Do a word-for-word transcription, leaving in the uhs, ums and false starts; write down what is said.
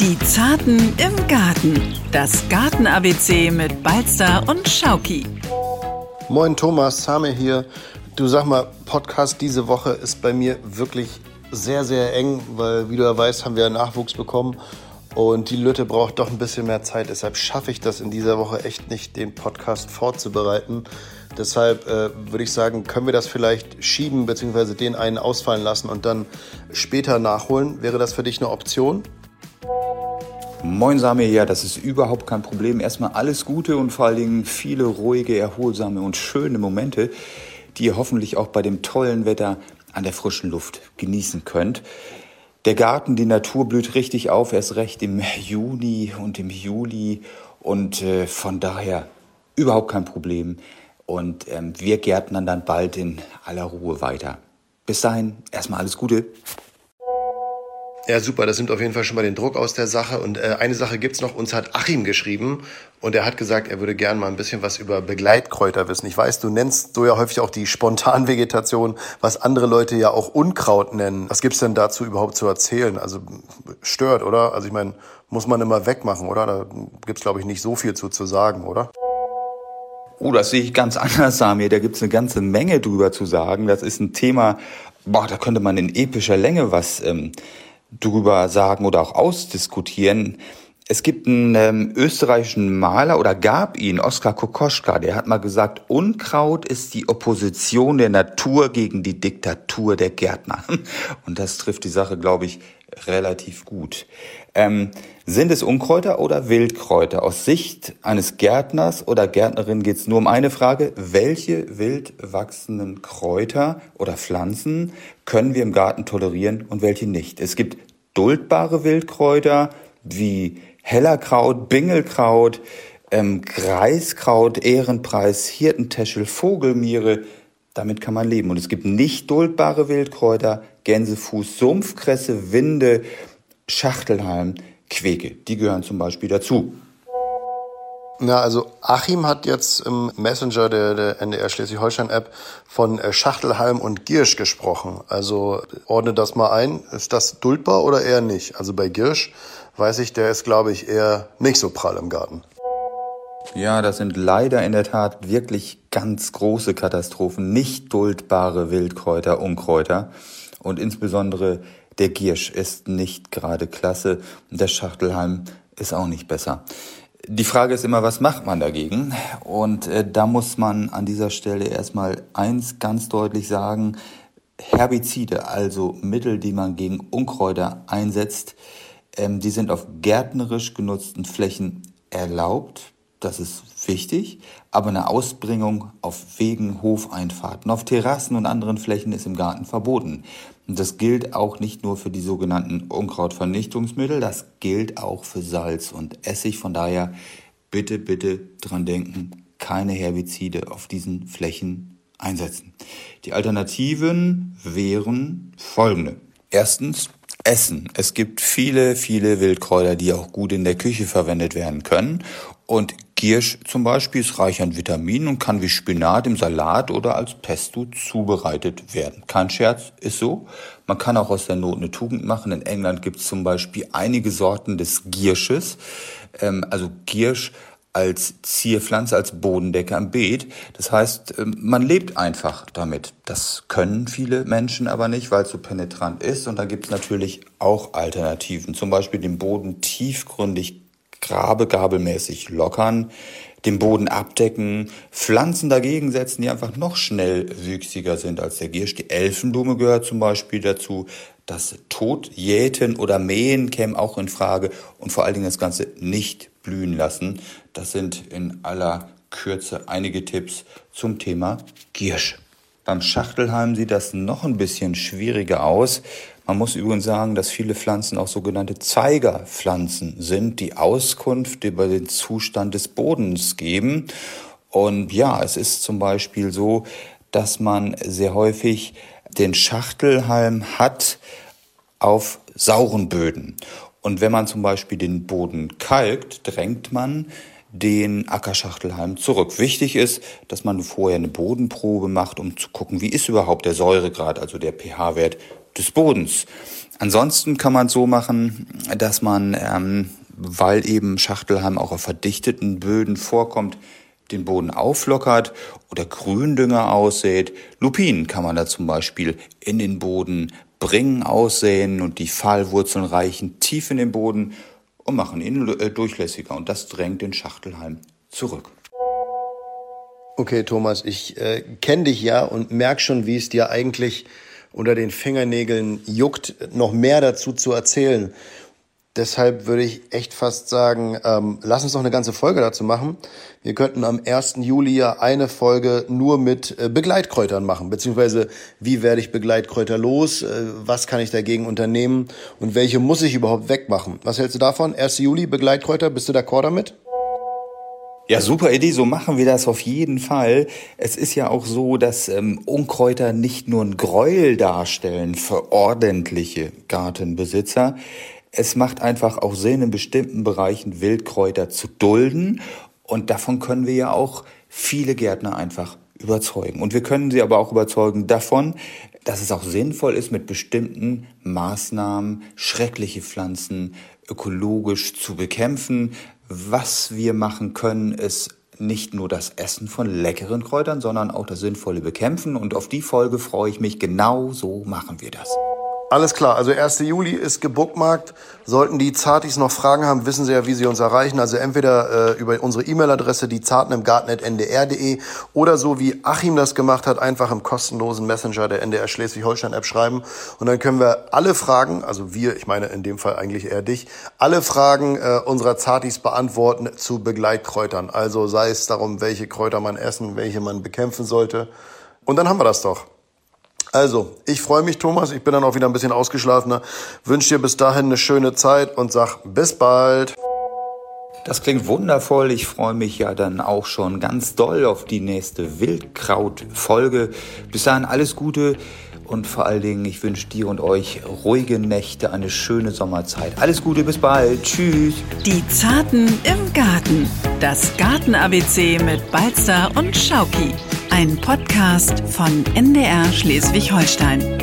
Die Zarten im Garten. Das Garten-A B C mit Balzer und Schauki. Moin Thomas, Same hier. Du, sag mal, Podcast diese Woche ist bei mir wirklich sehr, sehr eng, weil, wie du ja weißt, haben wir Nachwuchs bekommen und die Lütte braucht doch ein bisschen mehr Zeit. Deshalb schaffe ich das in dieser Woche echt nicht, den Podcast vorzubereiten. Deshalb äh, würde ich sagen, können wir das vielleicht schieben, beziehungsweise den einen ausfallen lassen und dann später nachholen. Wäre das für dich eine Option? Moin Samir, ja, das ist überhaupt kein Problem. Erstmal alles Gute und vor allen Dingen viele ruhige, erholsame und schöne Momente, die ihr hoffentlich auch bei dem tollen Wetter an der frischen Luft genießen könnt. Der Garten, die Natur blüht richtig auf, erst recht im Juni und im Juli und äh, von daher überhaupt kein Problem. Und ähm, wir gärtnern dann bald in aller Ruhe weiter. Bis dahin, erstmal alles Gute. Ja, super, das nimmt auf jeden Fall schon mal den Druck aus der Sache. Und äh, eine Sache gibt's noch, uns hat Achim geschrieben und er hat gesagt, er würde gern mal ein bisschen was über Begleitkräuter wissen. Ich weiß, du nennst so ja häufig auch die Spontanvegetation, was andere Leute ja auch Unkraut nennen. Was gibt's denn dazu überhaupt zu erzählen? Also stört, oder? Also ich meine, muss man immer wegmachen, oder? Da gibt's, glaube ich, nicht so viel zu, zu sagen, oder? Oh, das sehe ich ganz anders, Samir. Da gibt's eine ganze Menge drüber zu sagen. Das ist ein Thema, boah, da könnte man in epischer Länge was ähm, drüber sagen oder auch ausdiskutieren. Es gibt einen ähm, österreichischen Maler oder gab ihn, Oskar Kokoschka, der hat mal gesagt, Unkraut ist die Opposition der Natur gegen die Diktatur der Gärtner. Und das trifft die Sache, glaube ich, relativ gut. Ähm, sind es Unkräuter oder Wildkräuter? Aus Sicht eines Gärtners oder Gärtnerin geht es nur um eine Frage: Welche wild wachsenden Kräuter oder Pflanzen können wir im Garten tolerieren und welche nicht? Es gibt duldbare Wildkräuter wie Hellerkraut, Bingelkraut, ähm, Greiskraut, Ehrenpreis, Hirtentäschel, Vogelmiere. Damit kann man leben. Und es gibt nicht duldbare Wildkräuter, Gänsefuß, Sumpfkresse, Winde, Schachtelhalm, Queke. Die gehören zum Beispiel dazu. Na, also Achim hat jetzt im Messenger der, der N D R Schleswig-Holstein-App von Schachtelhalm und Giersch gesprochen. Also ordne das mal ein. Ist das duldbar oder eher nicht? Also bei Giersch weiß ich, der ist, glaube ich, eher nicht so prall im Garten. Ja, das sind leider in der Tat wirklich ganz große Katastrophen. Nicht duldbare Wildkräuter, Unkräuter. Und insbesondere der Giersch ist nicht gerade klasse. Und der Schachtelhalm ist auch nicht besser. Die Frage ist immer, was macht man dagegen? Und äh, da muss man an dieser Stelle erstmal eins ganz deutlich sagen: Herbizide, also Mittel, die man gegen Unkräuter einsetzt, ähm, die sind auf gärtnerisch genutzten Flächen erlaubt. Das ist wichtig, aber eine Ausbringung auf Wegen, Hofeinfahrten, auf Terrassen und anderen Flächen ist im Garten verboten. Und das gilt auch nicht nur für die sogenannten Unkrautvernichtungsmittel, das gilt auch für Salz und Essig. Von daher bitte, bitte dran denken, keine Herbizide auf diesen Flächen einsetzen. Die Alternativen wären folgende. Erstens, Essen. Es gibt viele, viele Wildkräuter, die auch gut in der Küche verwendet werden können. Und Giersch zum Beispiel ist reich an Vitaminen und kann wie Spinat im Salat oder als Pesto zubereitet werden. Kein Scherz, ist so. Man kann auch aus der Not eine Tugend machen. In England gibt es zum Beispiel einige Sorten des Giersches. Ähm, also Giersch als Zierpflanze, als Bodendecker im Beet. Das heißt, man lebt einfach damit. Das können viele Menschen aber nicht, weil es so penetrant ist. Und da gibt es natürlich auch Alternativen. Zum Beispiel den Boden tiefgründig, grabegabelmäßig lockern, den Boden abdecken, Pflanzen dagegen setzen, die einfach noch schnellwüchsiger sind als der Giersch. Die Elfenblume gehört zum Beispiel dazu. Das Totjäten oder Mähen käme auch in Frage. Und vor allen Dingen das Ganze nicht blühen lassen. Das sind in aller Kürze einige Tipps zum Thema Giersch. Beim Schachtelhalm sieht das noch ein bisschen schwieriger aus. Man muss übrigens sagen, dass viele Pflanzen auch sogenannte Zeigerpflanzen sind, die Auskunft über den Zustand des Bodens geben. Und ja, es ist zum Beispiel so, dass man sehr häufig den Schachtelhalm hat auf sauren Böden. Und wenn man zum Beispiel den Boden kalkt, drängt man den Ackerschachtelhalm zurück. Wichtig ist, dass man vorher eine Bodenprobe macht, um zu gucken, wie ist überhaupt der Säuregrad, also der pH-Wert des Bodens. Ansonsten kann man es so machen, dass man, ähm, weil eben Schachtelhalm auch auf verdichteten Böden vorkommt, den Boden auflockert oder Gründünger aussät. Lupinen kann man da zum Beispiel in den Boden bringen, aussäen und die Pfahlwurzeln reichen tief in den Boden und machen ihn äh, durchlässiger. Und das drängt den Schachtelhalm zurück. Okay, Thomas, ich äh, kenne dich ja und merke schon, wie es dir eigentlich unter den Fingernägeln juckt, noch mehr dazu zu erzählen. Deshalb würde ich echt fast sagen, ähm, lass uns noch eine ganze Folge dazu machen. Wir könnten am ersten Juli ja eine Folge nur mit äh, Begleitkräutern machen, beziehungsweise wie werde ich Begleitkräuter los, äh, was kann ich dagegen unternehmen und welche muss ich überhaupt wegmachen. Was hältst du davon? ersten Juli, Begleitkräuter, bist du d'accord damit? Ja, super Idee, so machen wir das auf jeden Fall. Es ist ja auch so, dass ähm, Unkräuter nicht nur ein Gräuel darstellen für ordentliche Gartenbesitzer. Es macht einfach auch Sinn, in bestimmten Bereichen Wildkräuter zu dulden. Und davon können wir ja auch viele Gärtner einfach überzeugen. Und wir können sie aber auch überzeugen davon, dass es auch sinnvoll ist, mit bestimmten Maßnahmen schreckliche Pflanzen ökologisch zu bekämpfen. Was wir machen können, ist nicht nur das Essen von leckeren Kräutern, sondern auch das sinnvolle Bekämpfen. Und auf die Folge freue ich mich. Genau so machen wir das. Alles klar, also ersten Juli ist gebookmarkt. Sollten die Zartis noch Fragen haben, wissen sie ja, wie sie uns erreichen. Also entweder äh, über unsere E-Mail-Adresse, die zarten im garten at n d r punkt d e oder so wie Achim das gemacht hat, einfach im kostenlosen Messenger der N D R Schleswig-Holstein-App schreiben. Und dann können wir alle Fragen, also wir, ich meine in dem Fall eigentlich eher dich, alle Fragen äh, unserer Zartis beantworten zu Begleitkräutern. Also sei es darum, welche Kräuter man essen, welche man bekämpfen sollte. Und dann haben wir das doch. Also, ich freue mich, Thomas. Ich bin dann auch wieder ein bisschen ausgeschlafener. Wünsche dir bis dahin eine schöne Zeit und sag bis bald. Das klingt wundervoll. Ich freue mich ja dann auch schon ganz doll auf die nächste Wildkraut-Folge. Bis dahin alles Gute und vor allen Dingen, ich wünsche dir und euch ruhige Nächte, eine schöne Sommerzeit. Alles Gute, bis bald. Tschüss. Die Zarten im Garten. Das Garten-A B C mit Balzer und Schauki. Ein Podcast von N D R Schleswig-Holstein.